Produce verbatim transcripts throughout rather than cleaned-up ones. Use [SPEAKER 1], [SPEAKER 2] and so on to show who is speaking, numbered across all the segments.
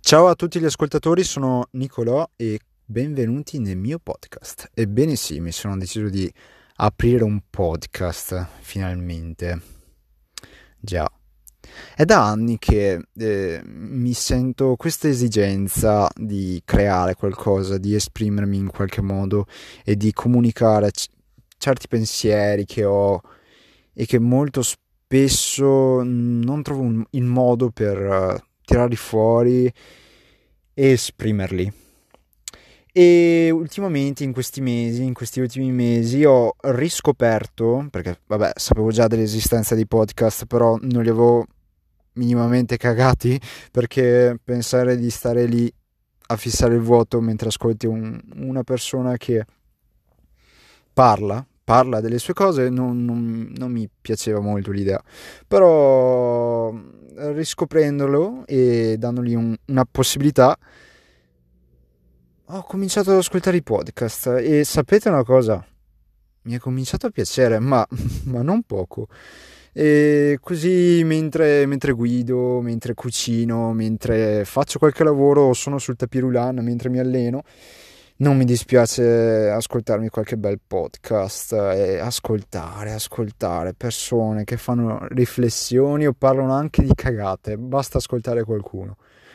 [SPEAKER 1] Ciao a tutti gli ascoltatori, sono Nicolò e benvenuti nel mio podcast. Ebbene sì, mi sono deciso di aprire un podcast, finalmente. Già, è da anni che eh, mi sento questa esigenza di creare qualcosa, di esprimermi in qualche modo e di comunicare c- certi pensieri che ho e che molto spesso non trovo un- il modo per eh, tirarli fuori e esprimerli. E ultimamente, in questi mesi, in questi ultimi mesi, ho riscoperto, perché vabbè, sapevo già dell'esistenza di podcast, però non li avevo minimamente cagati, perché pensare di stare lì a fissare il vuoto mentre ascolti un- una persona che parla, parla delle sue cose, non, non- non mi piaceva molto l'idea. Però riscoprendolo e dandogli un- una possibilità, ho cominciato ad ascoltare i podcast e sapete una cosa? Mi è cominciato a piacere, ma, ma non poco. E così mentre, mentre guido, mentre cucino, mentre faccio qualche lavoro o sono sul tapirulan, mentre mi alleno, non mi dispiace ascoltarmi qualche bel podcast e ascoltare, ascoltare persone che fanno riflessioni o parlano anche di cagate, basta ascoltare qualcuno.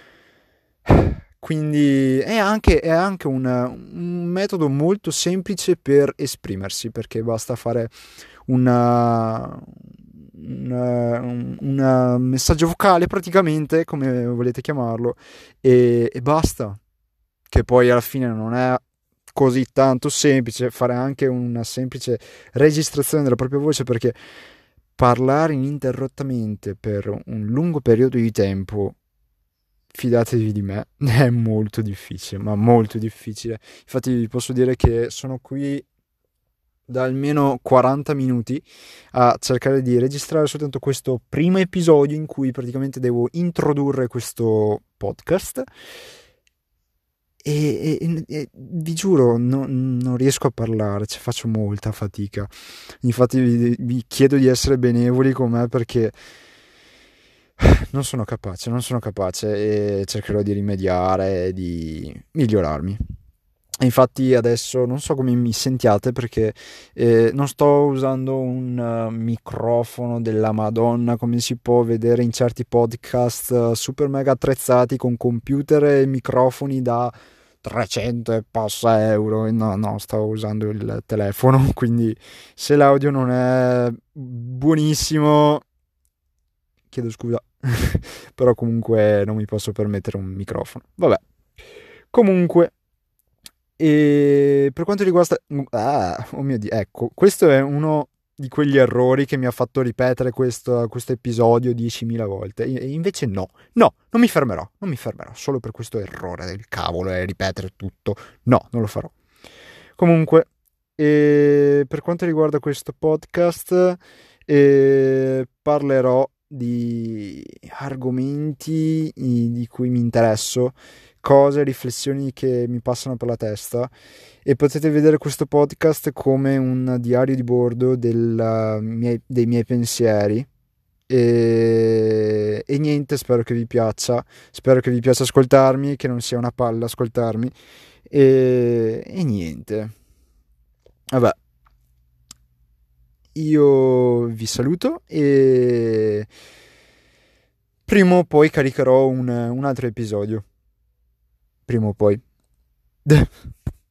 [SPEAKER 1] Quindi è anche, è anche un, un metodo molto semplice per esprimersi, perché basta fare una, una- un un messaggio vocale praticamente, come volete chiamarlo, e, e basta. Che poi alla fine non è così tanto semplice fare anche una semplice registrazione della propria voce, perché parlare ininterrottamente per un lungo periodo di tempo, fidatevi di me, è molto difficile, ma molto difficile. Infatti vi posso dire che sono qui da almeno quaranta minuti a cercare di registrare soltanto questo primo episodio in cui praticamente devo introdurre questo podcast e, e- e vi giuro no- non riesco a parlare, ci faccio molta fatica. Infatti vi, vi chiedo di essere benevoli con me, perché non sono capace, non sono capace e cercherò di rimediare e di migliorarmi. E infatti adesso non so come mi sentiate, perché eh, non sto usando un uh, microfono della Madonna come si può vedere in certi podcast uh, super mega attrezzati con computer e microfoni da trecento e passa euro. No, no, sto usando il telefono, quindi se l'audio non è buonissimo, chiedo scusa, però comunque non mi posso permettere un microfono. Vabbè, comunque, e per quanto riguarda... Ah, oh mio Dio, ecco, questo è uno di quegli errori che mi ha fatto ripetere questo, questo episodio diecimila volte. E invece no, no, non mi fermerò, non mi fermerò, solo per questo errore del cavolo e ripetere tutto. No, non lo farò. Comunque, e per quanto riguarda questo podcast, eh, parlerò di argomenti i- di cui mi interesso, cose, riflessioni che mi passano per la testa, e potete vedere questo podcast come un diario di bordo del, miei- dei miei pensieri. E, e niente, spero che vi piaccia, spero che vi piaccia ascoltarmi, che non sia una palla ascoltarmi. E, e niente, vabbè, io vi saluto e prima o poi caricherò un, un altro episodio. Prima o poi.